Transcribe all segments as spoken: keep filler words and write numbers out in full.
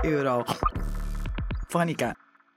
Eurofonica.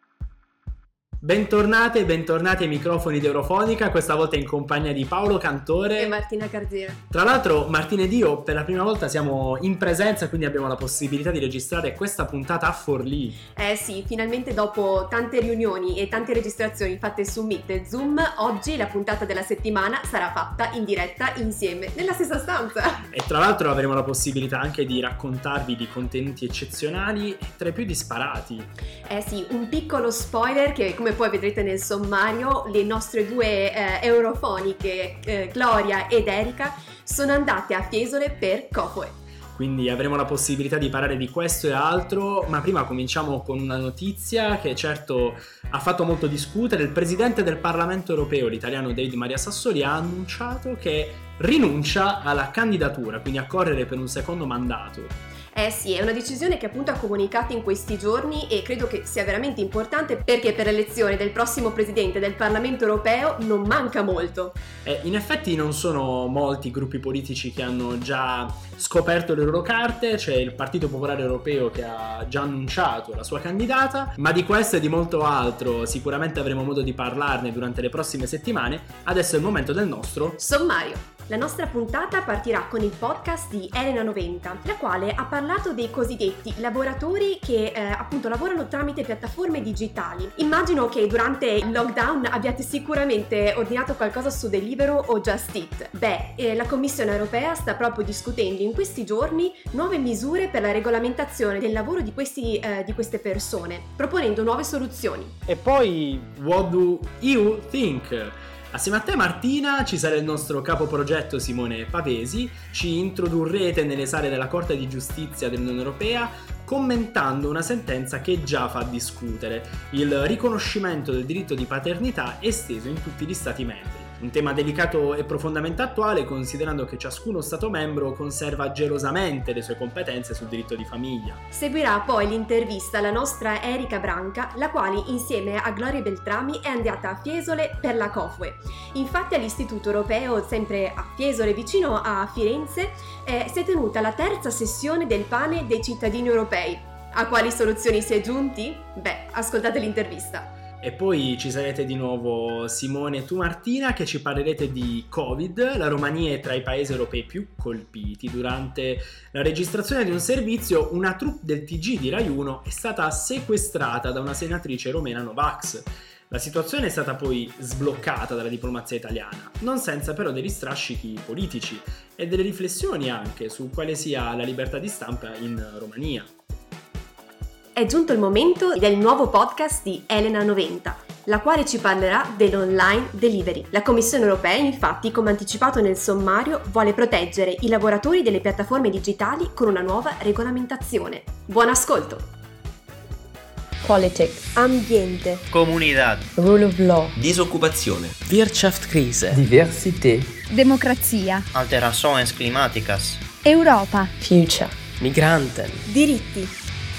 Bentornate e bentornati ai microfoni di Eurofonica, questa volta in compagnia di Paolo Cantore e Martina Carzira. Tra l'altro Martina ed io per la prima volta siamo in presenza, quindi abbiamo la possibilità di registrare questa puntata a Forlì. Eh sì, finalmente dopo tante riunioni e tante registrazioni fatte su Meet e Zoom, oggi la puntata della settimana sarà fatta in diretta insieme, nella stessa stanza. E tra l'altro avremo la possibilità anche di raccontarvi di contenuti eccezionali e tra i più disparati. Eh sì, un piccolo spoiler che come poi vedrete nel sommario, le nostre due eh, eurofoniche, eh, Gloria ed Erika, sono andate a Fiesole per Cofoe. Quindi avremo la possibilità di parlare di questo e altro, ma prima cominciamo con una notizia che certo ha fatto molto discutere. Il presidente del Parlamento europeo, l'italiano David Maria Sassoli, ha annunciato che rinuncia alla candidatura, quindi a correre per un secondo mandato. Eh sì, è una decisione che appunto ha comunicato in questi giorni e credo che sia veramente importante perché per l'elezione del prossimo presidente del Parlamento europeo non manca molto. Eh, in effetti non sono molti gruppi politici che hanno già scoperto le loro carte, c'è il Partito Popolare Europeo che ha già annunciato la sua candidata, ma di questo e di molto altro sicuramente avremo modo di parlarne durante le prossime settimane. Adesso è il momento del nostro sommario. La nostra puntata partirà con il podcast di Elena novanta, la quale ha parlato dei cosiddetti lavoratori che eh, appunto lavorano tramite piattaforme digitali. Immagino che durante il lockdown abbiate sicuramente ordinato qualcosa su Deliveroo o Just Eat. Beh, eh, la Commissione europea sta proprio discutendo in questi giorni nuove misure per la regolamentazione del lavoro di, questi, eh, di queste persone, proponendo nuove soluzioni. E poi, what do you think? Assieme a te Martina ci sarà il nostro capo progetto Simone Pavesi, ci introdurrete nelle sale della Corte di Giustizia dell'Unione Europea commentando una sentenza che già fa discutere, il riconoscimento del diritto di paternità esteso in tutti gli Stati membri. Un tema delicato e profondamente attuale considerando che ciascuno Stato membro conserva gelosamente le sue competenze sul diritto di famiglia. Seguirà poi l'intervista alla nostra Erika Branca, la quale insieme a Gloria Beltrami è andata a Fiesole per la Cofoe. Infatti all'Istituto Europeo, sempre a Fiesole vicino a Firenze, eh, si è tenuta la terza sessione del pane dei cittadini europei. A quali soluzioni si è giunti? Beh, ascoltate l'intervista. E poi ci sarete di nuovo Simone e tu Martina che ci parlerete di Covid. La Romania è tra i paesi europei più colpiti. Durante la registrazione di un servizio una troupe del T G di Rai uno è stata sequestrata da una senatrice romena Novax. La situazione è stata poi sbloccata dalla diplomazia italiana, non senza però degli strascichi politici e delle riflessioni anche su quale sia la libertà di stampa in Romania. È giunto il momento del nuovo podcast di Elena novanta, la quale ci parlerà dell'online delivery. La Commissione europea, infatti, come anticipato nel sommario, vuole proteggere i lavoratori delle piattaforme digitali con una nuova regolamentazione. Buon ascolto! Politics, ambiente, comunità, rule of law, disoccupazione, Wirtschaftskrise, diversità, democrazia, alterações climáticas, Europa, future, migranten, diritti.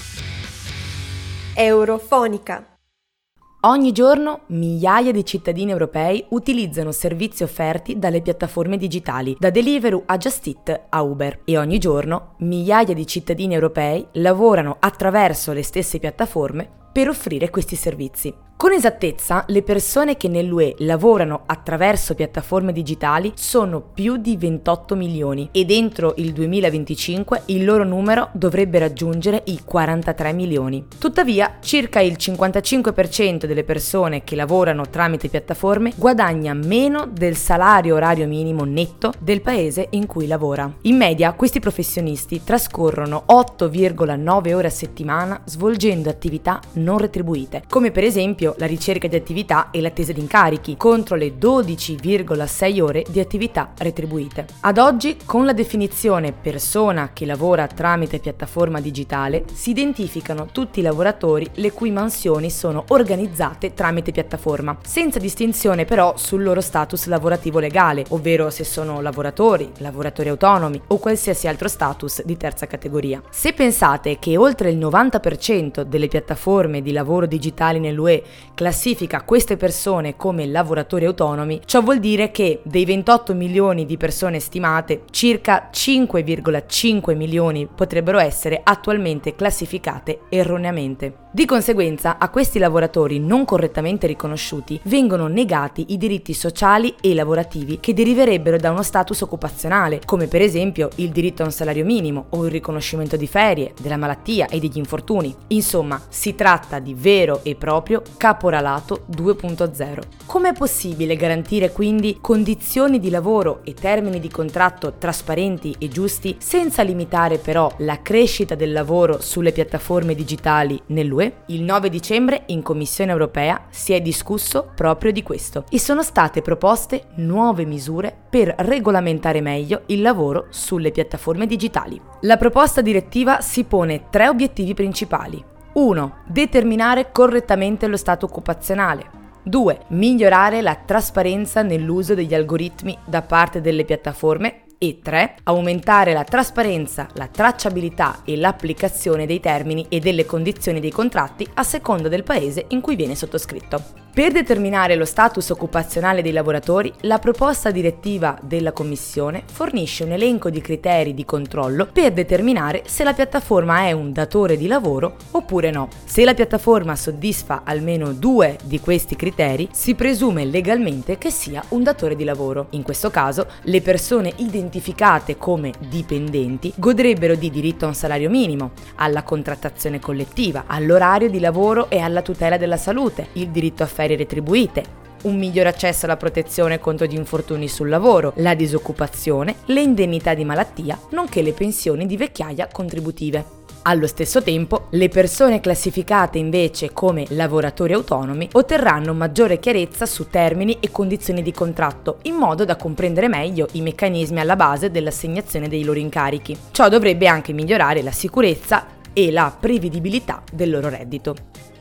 Eurofonica. Ogni giorno migliaia di cittadini europei utilizzano servizi offerti dalle piattaforme digitali, da Deliveroo a Just Eat a Uber. E ogni giorno migliaia di cittadini europei lavorano attraverso le stesse piattaforme per offrire questi servizi. Con esattezza, le persone che nell'U E lavorano attraverso piattaforme digitali sono più di ventotto milioni ed entro il duemilaventicinque il loro numero dovrebbe raggiungere i quarantatré milioni. Tuttavia, circa il cinquantacinque per cento delle persone che lavorano tramite piattaforme guadagna meno del salario orario minimo netto del paese in cui lavora. In media, questi professionisti trascorrono otto virgola nove ore a settimana svolgendo attività non retribuite, come per esempio la ricerca di attività e l'attesa di incarichi, contro le dodici virgola sei ore di attività retribuite. Ad oggi, con la definizione persona che lavora tramite piattaforma digitale, si identificano tutti i lavoratori le cui mansioni sono organizzate tramite piattaforma, senza distinzione però sul loro status lavorativo legale, ovvero se sono lavoratori, lavoratori autonomi o qualsiasi altro status di terza categoria. Se pensate che oltre il novanta per cento delle piattaforme di lavoro digitali nell'U E classifica queste persone come lavoratori autonomi, ciò vuol dire che dei ventotto milioni di persone stimate, circa cinque virgola cinque milioni potrebbero essere attualmente classificate erroneamente. Di conseguenza, a questi lavoratori non correttamente riconosciuti vengono negati i diritti sociali e lavorativi che deriverebbero da uno status occupazionale, come per esempio il diritto a un salario minimo o il riconoscimento di ferie, della malattia e degli infortuni. Insomma, si tratta di vero e proprio caporalato due punto zero. Com'è possibile garantire quindi condizioni di lavoro e termini di contratto trasparenti e giusti senza limitare però la crescita del lavoro sulle piattaforme digitali nell'U E? Il nove dicembre in Commissione Europea si è discusso proprio di questo e sono state proposte nuove misure per regolamentare meglio il lavoro sulle piattaforme digitali. La proposta direttiva si pone tre obiettivi principali. uno. Determinare correttamente lo stato occupazionale. due. Migliorare la trasparenza nell'uso degli algoritmi da parte delle piattaforme. E tre. Aumentare la trasparenza, la tracciabilità e l'applicazione dei termini e delle condizioni dei contratti a seconda del paese in cui viene sottoscritto. Per determinare lo status occupazionale dei lavoratori, la proposta direttiva della Commissione fornisce un elenco di criteri di controllo per determinare se la piattaforma è un datore di lavoro oppure no. Se la piattaforma soddisfa almeno due di questi criteri, si presume legalmente che sia un datore di lavoro. In questo caso, le persone identificate come dipendenti godrebbero di diritto a un salario minimo, alla contrattazione collettiva, all'orario di lavoro e alla tutela della salute, il diritto a ferie retribuite, un miglior accesso alla protezione contro gli infortuni sul lavoro, la disoccupazione, le indennità di malattia, nonché le pensioni di vecchiaia contributive. Allo stesso tempo, le persone classificate invece come lavoratori autonomi otterranno maggiore chiarezza su termini e condizioni di contratto, in modo da comprendere meglio i meccanismi alla base dell'assegnazione dei loro incarichi. Ciò dovrebbe anche migliorare la sicurezza e la prevedibilità del loro reddito.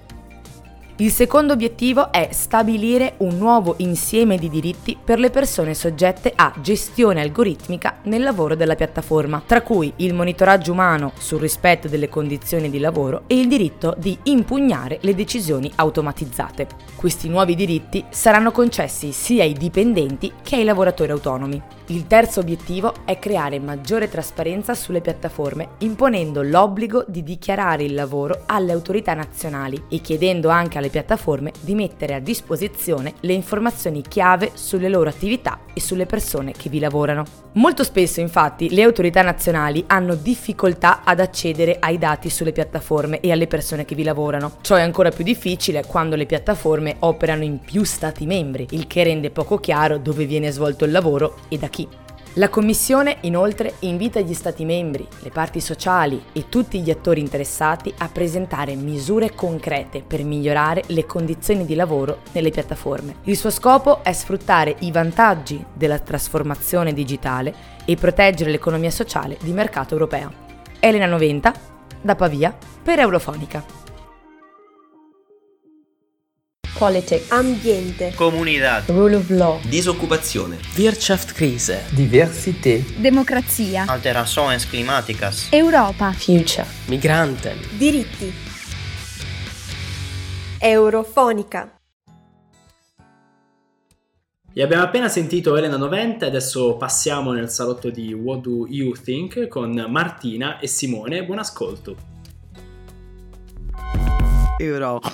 Il secondo obiettivo è stabilire un nuovo insieme di diritti per le persone soggette a gestione algoritmica nel lavoro della piattaforma, tra cui il monitoraggio umano sul rispetto delle condizioni di lavoro e il diritto di impugnare le decisioni automatizzate. Questi nuovi diritti saranno concessi sia ai dipendenti che ai lavoratori autonomi. Il terzo obiettivo è creare maggiore trasparenza sulle piattaforme, imponendo l'obbligo di dichiarare il lavoro alle autorità nazionali e chiedendo anche alle piattaforme di mettere a disposizione le informazioni chiave sulle loro attività e sulle persone che vi lavorano. Molto spesso, infatti, le autorità nazionali hanno difficoltà ad accedere ai dati sulle piattaforme e alle persone che vi lavorano. Ciò è ancora più difficile quando le piattaforme operano in più stati membri, il che rende poco chiaro dove viene svolto il lavoro e da chi. La Commissione inoltre invita gli Stati membri, le parti sociali e tutti gli attori interessati a presentare misure concrete per migliorare le condizioni di lavoro nelle piattaforme. Il suo scopo è sfruttare i vantaggi della trasformazione digitale e proteggere l'economia sociale di mercato europeo. Elena Noventa, da Pavia, per Eurofonica. Politics, Ambiente, Comunità. Rule of Law, Disoccupazione. Wirtschaftskrise. Diversität. Democrazia, Alterações climáticas. Europa, Future. Migranten. diritti. Eurofonica. E abbiamo appena sentito Elena Noventa e adesso passiamo nel salotto di What Do You Think con Martina e Simone. Buon ascolto. Eurofonica.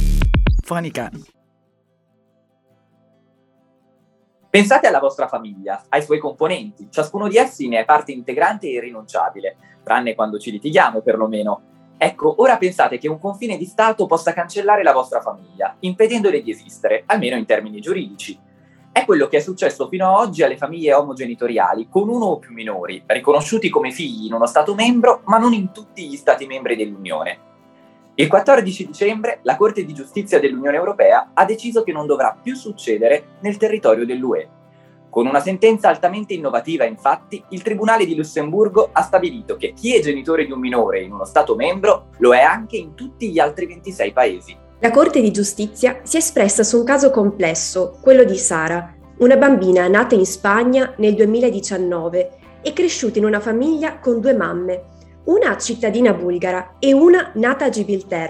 Pensate alla vostra famiglia, ai suoi componenti. Ciascuno di essi ne è parte integrante e irrinunciabile, tranne quando ci litighiamo perlomeno. Ecco, ora pensate che un confine di Stato possa cancellare la vostra famiglia, impedendole di esistere, almeno in termini giuridici. È quello che è successo fino ad oggi alle famiglie omogenitoriali, con uno o più minori, riconosciuti come figli in uno Stato membro, ma non in tutti gli Stati membri dell'Unione. Il quattordici dicembre la Corte di Giustizia dell'Unione Europea ha deciso che non dovrà più succedere nel territorio dell'U E. Con una sentenza altamente innovativa, infatti, il Tribunale di Lussemburgo ha stabilito che chi è genitore di un minore in uno Stato membro lo è anche in tutti gli altri ventisei paesi. La Corte di Giustizia si è espressa su un caso complesso, quello di Sara, una bambina nata in Spagna nel duemiladiciannove e cresciuta in una famiglia con due mamme, una cittadina bulgara e una nata a Gibilterra.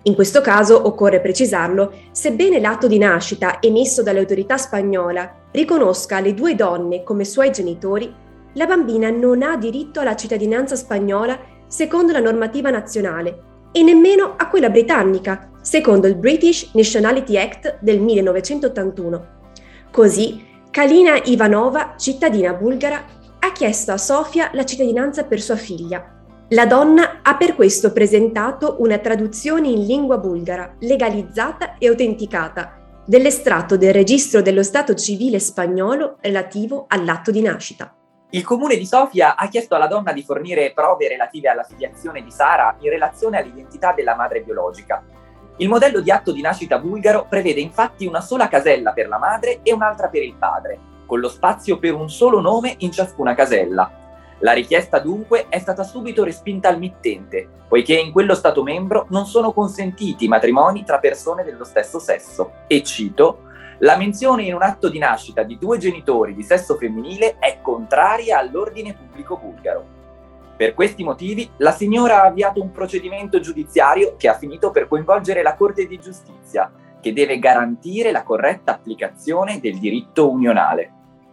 In questo caso occorre precisarlo, sebbene l'atto di nascita emesso dalle autorità spagnola riconosca le due donne come suoi genitori, la bambina non ha diritto alla cittadinanza spagnola secondo la normativa nazionale e nemmeno a quella britannica, secondo il British Nationality Act del millenovecentottantuno. Così, Kalina Ivanova, cittadina bulgara, ha chiesto a Sofia la cittadinanza per sua figlia. La donna ha per questo presentato una traduzione in lingua bulgara, legalizzata e autenticata, dell'estratto del registro dello stato civile spagnolo relativo all'atto di nascita. Il comune di Sofia ha chiesto alla donna di fornire prove relative alla filiazione di Sara in relazione all'identità della madre biologica. Il modello di atto di nascita bulgaro prevede infatti una sola casella per la madre e un'altra per il padre, con lo spazio per un solo nome in ciascuna casella. La richiesta dunque è stata subito respinta al mittente, poiché in quello Stato membro non sono consentiti matrimoni tra persone dello stesso sesso. E cito: la menzione in un atto di nascita di due genitori di sesso femminile è contraria all'ordine pubblico bulgaro. Per questi motivi la signora ha avviato un procedimento giudiziario che ha finito per coinvolgere la Corte di Giustizia, che deve garantire la corretta applicazione del diritto unionale.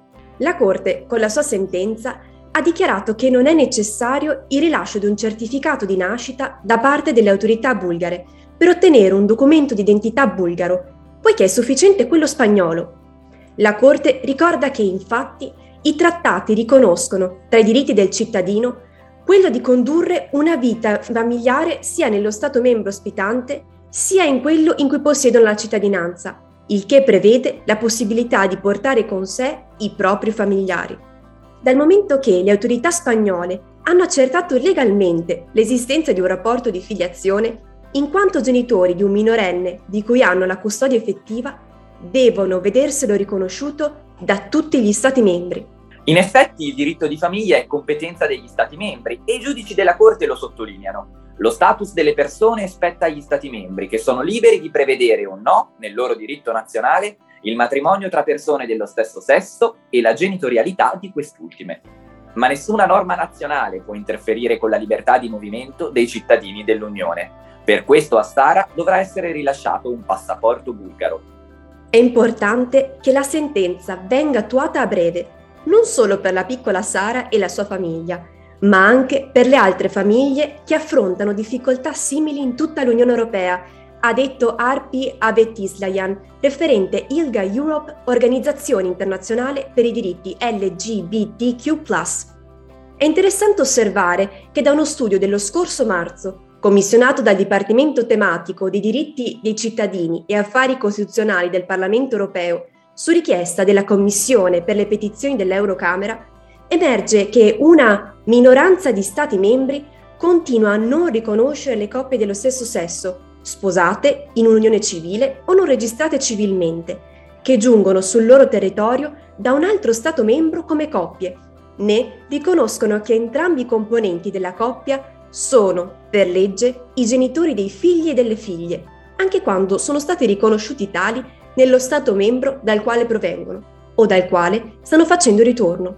La Corte, con la sua sentenza, ha dichiarato che non è necessario il rilascio di un certificato di nascita da parte delle autorità bulgare per ottenere un documento di identità bulgaro, poiché è sufficiente quello spagnolo. La Corte ricorda che, infatti, i trattati riconoscono, tra i diritti del cittadino, quello di condurre una vita familiare sia nello Stato membro ospitante, sia in quello in cui possiedono la cittadinanza, il che prevede la possibilità di portare con sé i propri familiari. Dal momento che le autorità spagnole hanno accertato legalmente l'esistenza di un rapporto di filiazione, in quanto genitori di un minorenne di cui hanno la custodia effettiva, devono vederselo riconosciuto da tutti gli Stati membri. In effetti il diritto di famiglia è competenza degli Stati membri e i giudici della Corte lo sottolineano. Lo status delle persone spetta agli Stati membri, che sono liberi di prevedere o no, nel loro diritto nazionale, il matrimonio tra persone dello stesso sesso e la genitorialità di quest'ultime. Ma nessuna norma nazionale può interferire con la libertà di movimento dei cittadini dell'Unione. Per questo a Sara dovrà essere rilasciato un passaporto bulgaro. È importante che la sentenza venga attuata a breve, non solo per la piccola Sara e la sua famiglia, ma anche per le altre famiglie che affrontano difficoltà simili in tutta l'Unione Europea, ha detto Arpi Avetislayan, referente ILGA Europe, organizzazione internazionale per i diritti L G B T Q plus. È interessante osservare che da uno studio dello scorso marzo, commissionato dal Dipartimento tematico dei diritti dei cittadini e affari costituzionali del Parlamento Europeo, su richiesta della Commissione per le petizioni dell'Eurocamera, emerge che una minoranza di Stati membri continua a non riconoscere le coppie dello stesso sesso, sposate in un'unione civile o non registrate civilmente, che giungono sul loro territorio da un altro Stato membro come coppie, né riconoscono che entrambi i componenti della coppia sono, per legge, i genitori dei figli e delle figlie, anche quando sono stati riconosciuti tali nello Stato membro dal quale provengono o dal quale stanno facendo ritorno.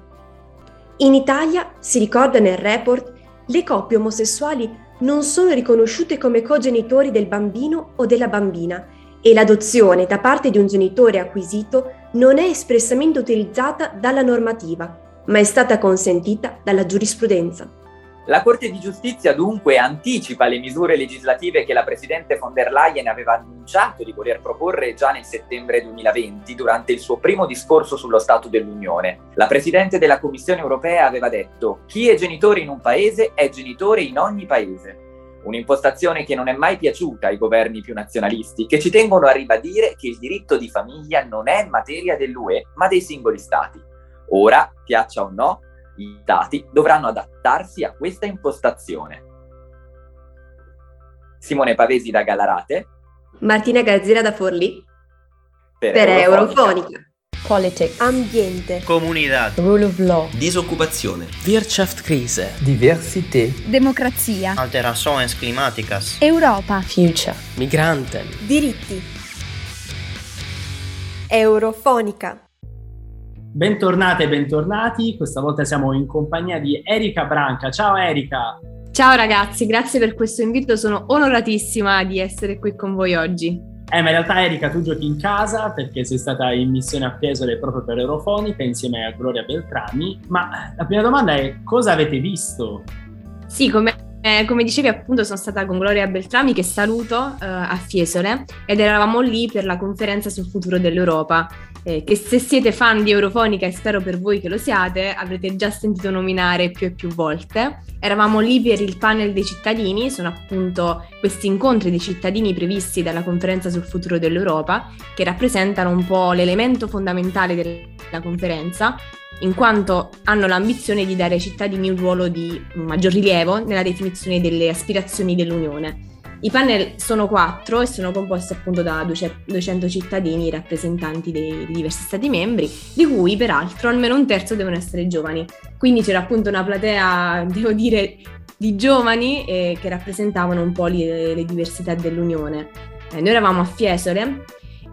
In Italia, si ricorda nel report, le coppie omosessuali non sono riconosciute come cogenitori del bambino o della bambina e l'adozione da parte di un genitore acquisito non è espressamente utilizzata dalla normativa, ma è stata consentita dalla giurisprudenza. La Corte di Giustizia dunque anticipa le misure legislative che la Presidente von der Leyen aveva annunciato di voler proporre già nel settembre duemilaventi durante il suo primo discorso sullo Stato dell'Unione. La Presidente della Commissione europea aveva detto: chi è genitore in un paese è genitore in ogni paese. Un'impostazione che non è mai piaciuta ai governi più nazionalisti, che ci tengono a ribadire che il diritto di famiglia non è materia dell'U E, ma dei singoli Stati. Ora, piaccia o no, gli Stati dovranno adattarsi a questa impostazione. Simone Pavesi da Gallarate, Martina Garzera da Forlì, per, per Eurofonica. Eurofonica. Politics, Ambiente, Comunità, Rule of Law, disoccupazione, Wirtschaftskrise, Diversität, Democrazia, alterações climáticas, Europa, Future, Migranten, Diritti. Eurofonica. Bentornate e bentornati, questa volta siamo in compagnia di Erika Branca. Ciao Erika! Ciao ragazzi, grazie per questo invito, sono onoratissima di essere qui con voi oggi. Eh, ma in realtà Erika tu giochi in casa perché sei stata in missione a Fiesole proprio per Eurofonica insieme a Gloria Beltrami, ma la prima domanda è: cosa avete visto? Sì, come... Eh, come dicevi appunto sono stata con Gloria Beltrami, che saluto, eh, a Fiesole, ed eravamo lì per la conferenza sul futuro dell'Europa, eh, che se siete fan di Eurofonica, e spero per voi che lo siate, avrete già sentito nominare più e più volte. Eravamo lì per il panel dei cittadini, sono appunto questi incontri dei cittadini previsti dalla conferenza sul futuro dell'Europa, che rappresentano un po' l'elemento fondamentale della conferenza, in quanto hanno l'ambizione di dare ai cittadini un ruolo di maggior rilievo nella definizione delle aspirazioni dell'Unione. I panel sono quattro e sono composti appunto da duecento cittadini rappresentanti dei, dei diversi stati membri, di cui peraltro almeno un terzo devono essere giovani. Quindi c'era appunto una platea, devo dire, di giovani eh, che rappresentavano un po' le, le diversità dell'Unione. Eh, noi eravamo a Fiesole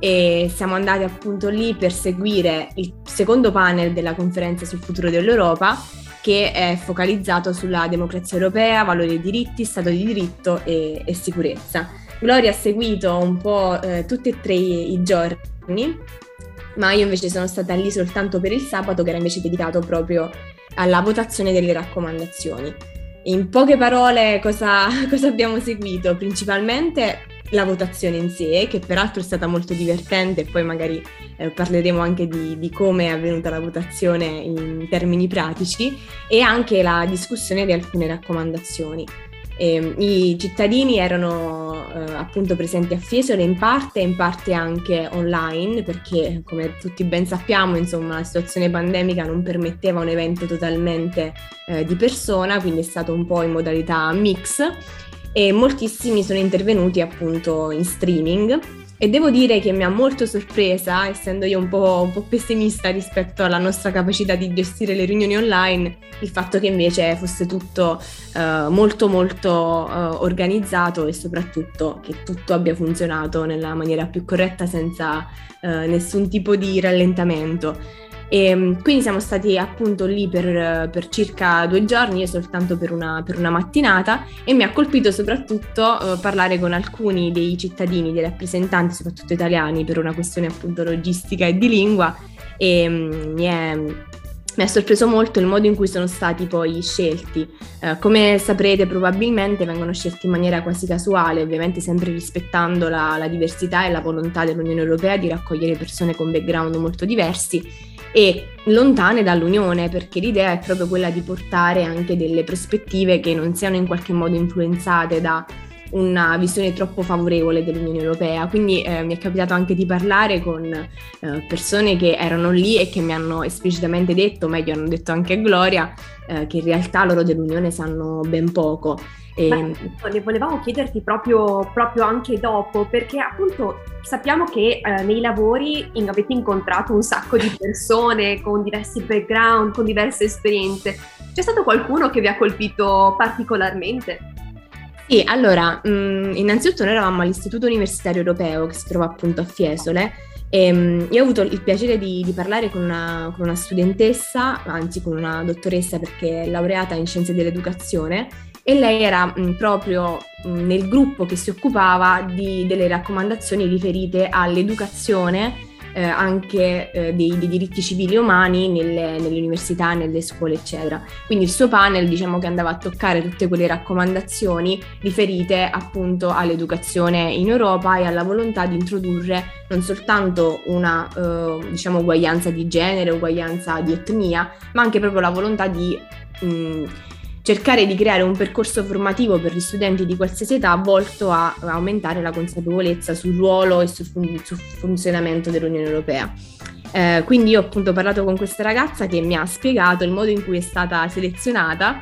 e siamo andati appunto lì per seguire il secondo panel della conferenza sul futuro dell'Europa, che è focalizzato sulla democrazia europea, valori e diritti, stato di diritto e, e sicurezza. Gloria ha seguito un po' eh, tutti e tre i giorni, ma io invece sono stata lì soltanto per il sabato, che era invece dedicato proprio alla votazione delle raccomandazioni. In poche parole cosa, cosa abbiamo seguito? Principalmente la votazione in sé, che peraltro è stata molto divertente, e poi magari eh, parleremo anche di, di come è avvenuta la votazione in termini pratici, e anche la discussione di alcune raccomandazioni. E, i cittadini erano eh, appunto presenti a Fiesole in parte, in parte anche online, perché come tutti ben sappiamo, insomma, la situazione pandemica non permetteva un evento totalmente eh, di persona, quindi è stato un po' in modalità mix, e moltissimi sono intervenuti appunto in streaming, e devo dire che mi ha molto sorpresa, essendo io un po', un po' pessimista rispetto alla nostra capacità di gestire le riunioni online, il fatto che invece fosse tutto uh, molto molto uh, organizzato, e soprattutto che tutto abbia funzionato nella maniera più corretta, senza uh, nessun tipo di rallentamento. E quindi siamo stati appunto lì per, per circa due giorni, io soltanto per una, per una mattinata, e mi ha colpito soprattutto uh, parlare con alcuni dei cittadini, dei rappresentanti, soprattutto italiani, per una questione appunto logistica e di lingua, e um, mi è... Mi ha sorpreso molto il modo in cui sono stati poi scelti. Eh, come saprete, probabilmente vengono scelti in maniera quasi casuale, ovviamente sempre rispettando la, la diversità e la volontà dell'Unione Europea di raccogliere persone con background molto diversi e lontane dall'Unione, perché l'idea è proprio quella di portare anche delle prospettive che non siano in qualche modo influenzate da una visione troppo favorevole dell'Unione Europea. Quindi eh, mi è capitato anche di parlare con eh, persone che erano lì e che mi hanno esplicitamente detto, meglio hanno detto anche a Gloria, eh, che in realtà loro dell'Unione sanno ben poco. E... Ma ne volevamo chiederti proprio, proprio anche dopo, perché appunto sappiamo che eh, nei lavori in, avete incontrato un sacco di persone con diversi background, con diverse esperienze. C'è stato qualcuno che vi ha colpito particolarmente? Sì, allora, mh, innanzitutto noi eravamo all'Istituto Universitario Europeo, che si trova appunto a Fiesole, e mh, io ho avuto il piacere di, di parlare con una, con una studentessa, anzi con una dottoressa, perché è laureata in Scienze dell'Educazione, e lei era mh, proprio mh, nel gruppo che si occupava di, delle raccomandazioni riferite all'educazione, Eh, anche eh, dei, dei diritti civili e umani nelle, nelle università, nelle scuole, eccetera. Quindi il suo panel, diciamo, che andava a toccare tutte quelle raccomandazioni riferite appunto all'educazione in Europa e alla volontà di introdurre non soltanto una eh, diciamo uguaglianza di genere, uguaglianza di etnia, ma anche proprio la volontà di mh, cercare di creare un percorso formativo per gli studenti di qualsiasi età volto a, a aumentare la consapevolezza sul ruolo e sul, fun- sul funzionamento dell'Unione Europea. Eh, quindi io ho appunto parlato con questa ragazza che mi ha spiegato il modo in cui è stata selezionata,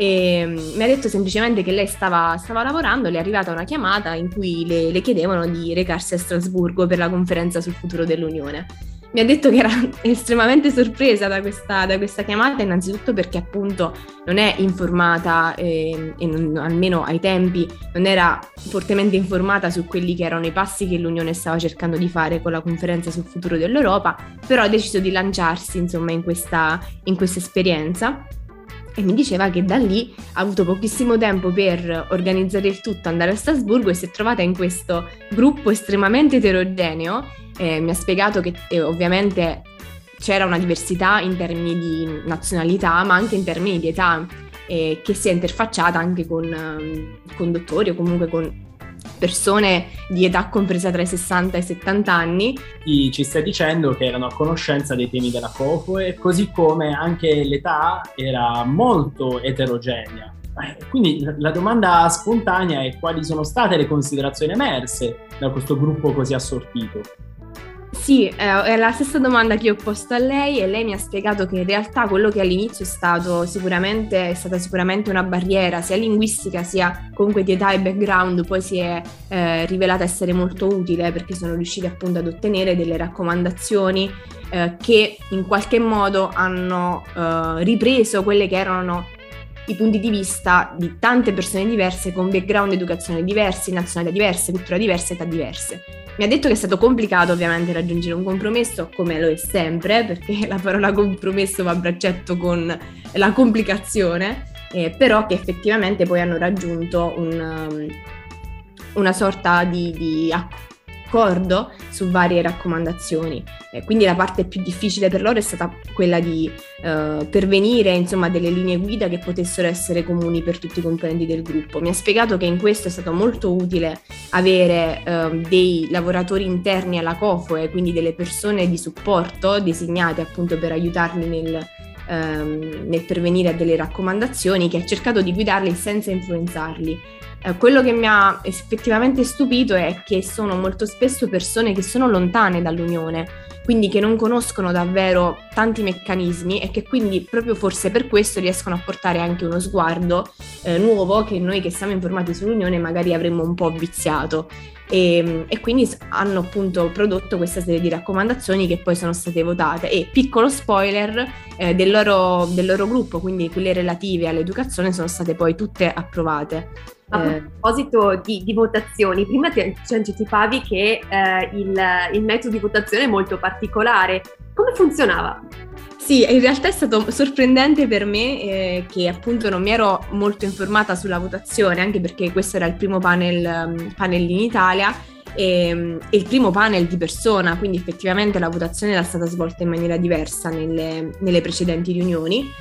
e mi ha detto semplicemente che lei stava, stava lavorando, le è arrivata una chiamata in cui le, le chiedevano di recarsi a Strasburgo per la conferenza sul futuro dell'Unione. Mi ha detto che era estremamente sorpresa da questa, da questa chiamata, innanzitutto perché appunto non è informata, eh, e non, almeno ai tempi non era fortemente informata su quelli che erano i passi che l'Unione stava cercando di fare con la conferenza sul futuro dell'Europa, però ha deciso di lanciarsi insomma in questa, in questa esperienza. e mi diceva che da lì ha avuto pochissimo tempo per organizzare il tutto, andare a Strasburgo, e si è trovata in questo gruppo estremamente eterogeneo. Eh, mi ha spiegato che eh, ovviamente c'era una diversità in termini di nazionalità, ma anche in termini di età, eh, che si è interfacciata anche con, um, con dottori o comunque con persone di età compresa tra i sessanta e i settanta anni. Ci stai dicendo che erano a conoscenza dei temi della COFOE, così come anche l'età era molto eterogenea. Quindi la domanda spontanea è: quali sono state le considerazioni emerse da questo gruppo così assortito? Sì, è la stessa domanda che ho posto a lei, e lei mi ha spiegato che in realtà quello che all'inizio è stato sicuramente è stata sicuramente una barriera sia linguistica sia comunque di età e background, poi si è eh, rivelata essere molto utile, perché sono riusciti appunto ad ottenere delle raccomandazioni eh, che in qualche modo hanno eh, ripreso quelle che erano i punti di vista di tante persone diverse, con background educazionali diversi, nazionalità diverse, cultura diverse, età diverse. Mi ha detto che è stato complicato ovviamente raggiungere un compromesso, come lo è sempre, perché la parola compromesso va a braccetto con la complicazione, eh, però che effettivamente poi hanno raggiunto un, um, una sorta di, di accordo su varie raccomandazioni. Eh, quindi la parte più difficile per loro è stata quella di uh, pervenire insomma delle linee guida che potessero essere comuni per tutti i componenti del gruppo. Mi ha spiegato che in questo è stato molto utile avere uh, dei lavoratori interni alla COFOE, quindi delle persone di supporto designate appunto per aiutarli nel, um, nel pervenire a delle raccomandazioni, che ha cercato di guidarli senza influenzarli. Eh, quello che mi ha effettivamente stupito è che sono molto spesso persone che sono lontane dall'Unione, quindi che non conoscono davvero tanti meccanismi, e che quindi proprio forse per questo riescono a portare anche uno sguardo eh, nuovo che noi che siamo informati sull'Unione magari avremmo un po' viziato. E, e quindi hanno appunto prodotto questa serie di raccomandazioni che poi sono state votate, e piccolo spoiler eh, del, loro, del loro gruppo, quindi quelle relative all'educazione, sono state poi tutte approvate. A proposito di, di votazioni, prima ti, ci anticipavi che eh, il, il metodo di votazione è molto particolare. Come funzionava? Sì, in realtà è stato sorprendente per me eh, che appunto non mi ero molto informata sulla votazione, anche perché questo era il primo panel, um, panel in Italia e, e il primo panel di persona, quindi effettivamente la votazione era stata svolta in maniera diversa nelle, nelle precedenti riunioni.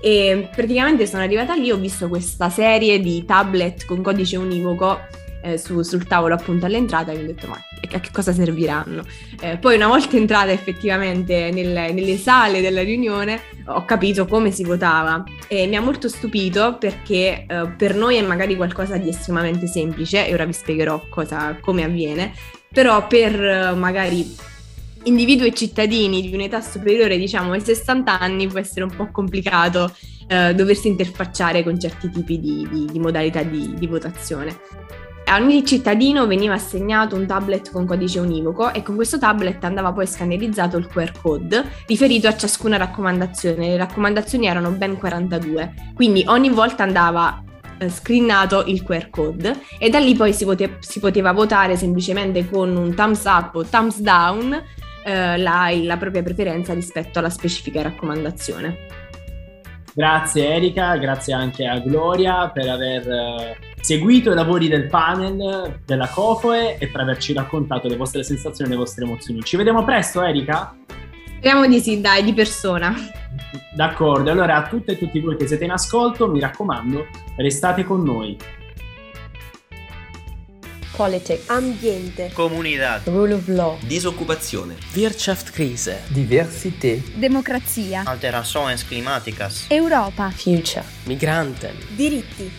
E praticamente sono arrivata lì, ho visto questa serie di tablet con codice univoco eh, su, sul tavolo appunto all'entrata, e mi ho detto: ma a che cosa serviranno? Eh, poi una volta entrata effettivamente nel, nelle sale della riunione ho capito come si votava, e mi ha molto stupito perché eh, per noi è magari qualcosa di estremamente semplice, e ora vi spiegherò cosa, come avviene, però per eh, magari individui e cittadini di un'età superiore, diciamo ai sessanta anni, può essere un po' complicato eh, doversi interfacciare con certi tipi di, di, di modalità di, di votazione. A ogni cittadino veniva assegnato un tablet con codice univoco, e con questo tablet andava poi scannerizzato il Q R code riferito a ciascuna raccomandazione. Le raccomandazioni erano ben quarantadue, quindi ogni volta andava eh, screenato il Q R code, e da lì poi si, pote- si poteva votare semplicemente con un thumbs up o thumbs down eh, la, la propria preferenza rispetto alla specifica raccomandazione. Grazie Erika, grazie anche a Gloria per aver eh, seguito i lavori del panel della COFOE e per averci raccontato le vostre sensazioni e le vostre emozioni. Ci vediamo presto, Erika? Speriamo di sì, dai, di persona. D'accordo, allora a tutte e tutti voi che siete in ascolto, mi raccomando, restate con noi. Politics, ambiente, comunità, rule of law, disoccupazione, Wirtschaftskrise, Diversität, democrazia, alterações climáticas, Europa, future, migranten, Diritti.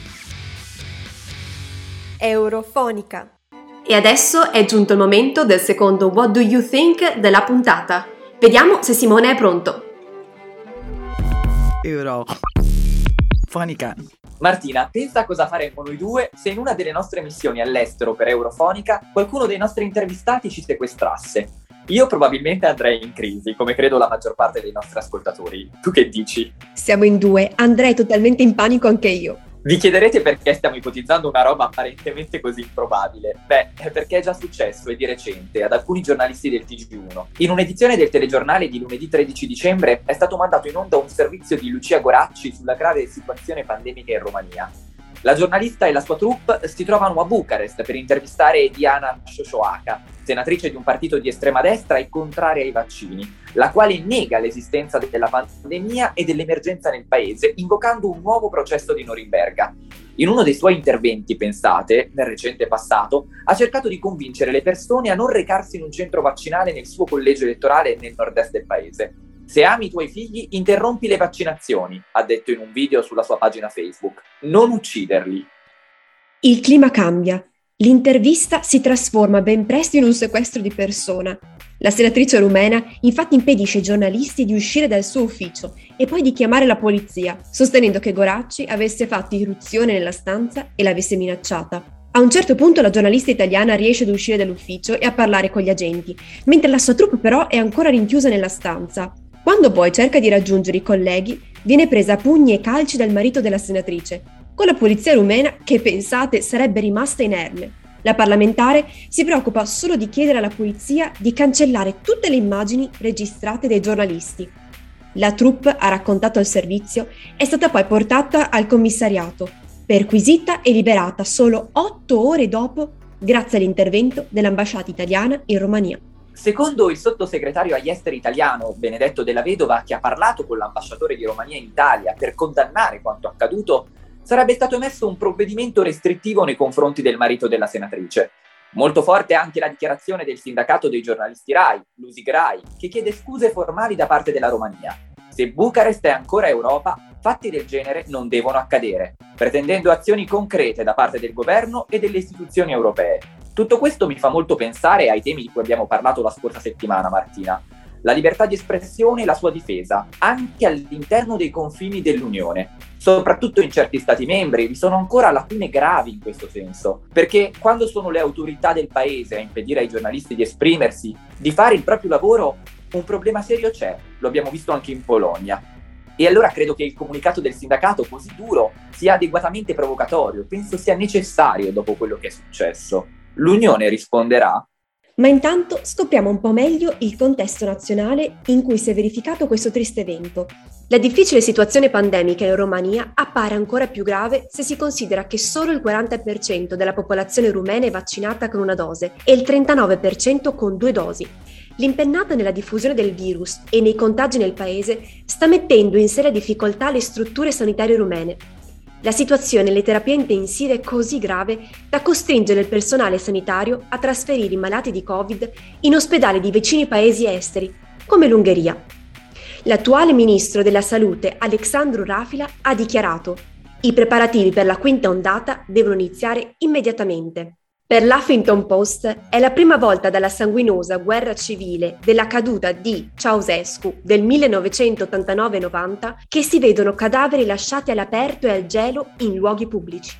Eurofonica. E adesso è giunto il momento del secondo What Do You Think della puntata. Vediamo se Simone è pronto. Eurofonica. Martina, pensa a cosa faremmo noi due se in una delle nostre missioni all'estero per Eurofonica qualcuno dei nostri intervistati ci sequestrasse. Io probabilmente andrei in crisi, come credo la maggior parte dei nostri ascoltatori. Tu che dici? Siamo in due, andrei totalmente in panico anche io. Vi chiederete perché stiamo ipotizzando una roba apparentemente così improbabile? Beh, è perché è già successo e di recente ad alcuni giornalisti del T G uno. In un'edizione del telegiornale di lunedì tredici dicembre è stato mandato in onda un servizio di Lucia Goracci sulla grave situazione pandemica in Romania. La giornalista e la sua troupe si trovano a Bucarest per intervistare Diana Șoșoacă, senatrice di un partito di estrema destra e contraria ai vaccini, la quale nega l'esistenza della pandemia e dell'emergenza nel paese, invocando un nuovo processo di Norimberga. In uno dei suoi interventi, pensate, nel recente passato, ha cercato di convincere le persone a non recarsi in un centro vaccinale nel suo collegio elettorale nel nord-est del paese. Se ami i tuoi figli, interrompi le vaccinazioni, ha detto in un video sulla sua pagina Facebook. Non ucciderli. Il clima cambia. L'intervista si trasforma ben presto in un sequestro di persona. La senatrice rumena infatti impedisce ai giornalisti di uscire dal suo ufficio e poi di chiamare la polizia, sostenendo che Goracci avesse fatto irruzione nella stanza e l'avesse minacciata. A un certo punto la giornalista italiana riesce ad uscire dall'ufficio e a parlare con gli agenti, mentre la sua troupe però è ancora rinchiusa nella stanza. Quando poi cerca di raggiungere i colleghi, viene presa a pugni e calci dal marito della senatrice, con la polizia rumena che, pensate, sarebbe rimasta inerme. La parlamentare si preoccupa solo di chiedere alla polizia di cancellare tutte le immagini registrate dai giornalisti. La troupe, ha raccontato al servizio, è stata poi portata al commissariato, perquisita e liberata solo otto ore dopo, grazie all'intervento dell'ambasciata italiana in Romania. Secondo il sottosegretario agli esteri italiano Benedetto Della Vedova, che ha parlato con l'ambasciatore di Romania in Italia per condannare quanto accaduto, sarebbe stato emesso un provvedimento restrittivo nei confronti del marito della senatrice. Molto forte anche la dichiarazione del sindacato dei giornalisti RAI, l'Usigrai, che chiede scuse formali da parte della Romania. Se Bucarest è ancora Europa, fatti del genere non devono accadere, pretendendo azioni concrete da parte del governo e delle istituzioni europee. Tutto questo mi fa molto pensare ai temi di cui abbiamo parlato la scorsa settimana, Martina. La libertà di espressione e la sua difesa, anche all'interno dei confini dell'Unione. Soprattutto in certi Stati membri vi sono ancora lacune gravi in questo senso, perché quando sono le autorità del paese a impedire ai giornalisti di esprimersi, di fare il proprio lavoro, un problema serio c'è, lo abbiamo visto anche in Polonia. E allora credo che il comunicato del sindacato così duro sia adeguatamente provocatorio, penso sia necessario dopo quello che è successo. L'Unione risponderà? Ma intanto scopriamo un po' meglio il contesto nazionale in cui si è verificato questo triste evento. La difficile situazione pandemica in Romania appare ancora più grave se si considera che solo il quaranta per cento della popolazione rumena è vaccinata con una dose e il trentanove per cento con due dosi. L'impennata nella diffusione del virus e nei contagi nel paese sta mettendo in seria difficoltà le strutture sanitarie rumene. La situazione nelle terapie intensive è così grave da costringere il personale sanitario a trasferire i malati di Covid in ospedali di vicini paesi esteri, come l'Ungheria. L'attuale ministro della Salute, Alexandru Rafila, ha dichiarato: i preparativi per la quinta ondata devono iniziare immediatamente. Per l'Huffington Post è la prima volta dalla sanguinosa guerra civile della caduta di Ceausescu del millenovecentottantanove novanta che si vedono cadaveri lasciati all'aperto e al gelo in luoghi pubblici.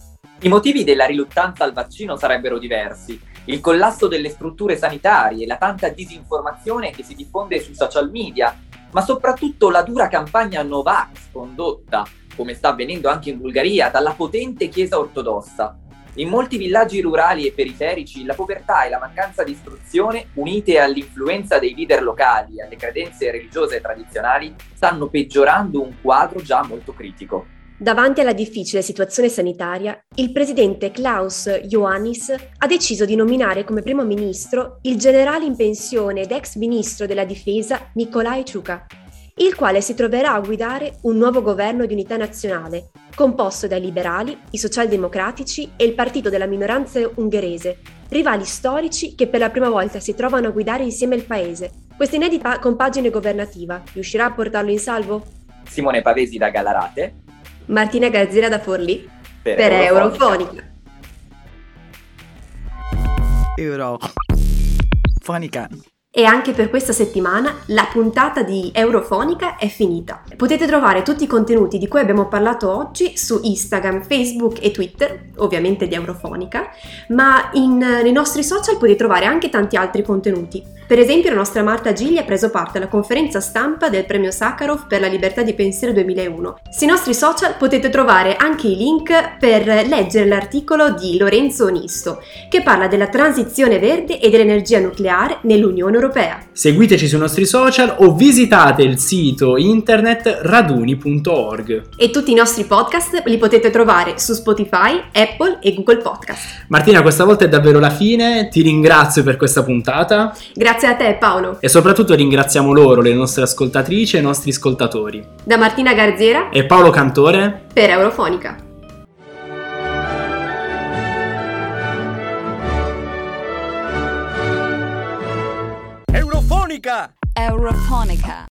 I motivi della riluttanza al vaccino sarebbero diversi. Il collasso delle strutture sanitarie, la tanta disinformazione che si diffonde sui social media, ma soprattutto la dura campagna Novax condotta, come sta avvenendo anche in Bulgaria, dalla potente Chiesa ortodossa. In molti villaggi rurali e periferici la povertà e la mancanza di istruzione, unite all'influenza dei leader locali e alle credenze religiose tradizionali, stanno peggiorando un quadro già molto critico. Davanti alla difficile situazione sanitaria, il presidente Klaus Iohannis ha deciso di nominare come primo ministro il generale in pensione ed ex ministro della difesa Nicolae Ciucă, il quale si troverà a guidare un nuovo governo di unità nazionale, composto dai liberali, i socialdemocratici e il partito della minoranza ungherese, rivali storici che per la prima volta si trovano a guidare insieme il paese. Questa inedita compagine governativa riuscirà a portarlo in salvo? Simone Pavesi da Galarate. Martina Gazzera da Forlì per, per Eurofonica. Eurofonica. E anche per questa settimana la puntata di Eurofonica è finita. Potete trovare tutti i contenuti di cui abbiamo parlato oggi su Instagram, Facebook e Twitter, ovviamente di Eurofonica, ma in, nei nostri social potete trovare anche tanti altri contenuti. Per esempio la nostra Marta Gigli ha preso parte alla conferenza stampa del premio Sakharov per la libertà di pensiero duemilauno. Sui nostri social potete trovare anche i link per leggere l'articolo di Lorenzo Onisto, che parla della transizione verde e dell'energia nucleare nell'Unione Europea. Seguiteci sui nostri social o visitate il sito internet raduni punto org. E tutti i nostri podcast li potete trovare su Spotify, Apple e Google Podcast. Martina, questa volta è davvero la fine, ti ringrazio per questa puntata. Grazie a te, Paolo. E soprattutto ringraziamo loro, le nostre ascoltatrici e i nostri ascoltatori. Da Martina Garziera e Paolo Cantore per Eurofonica. Eurofonica! Eurofonica.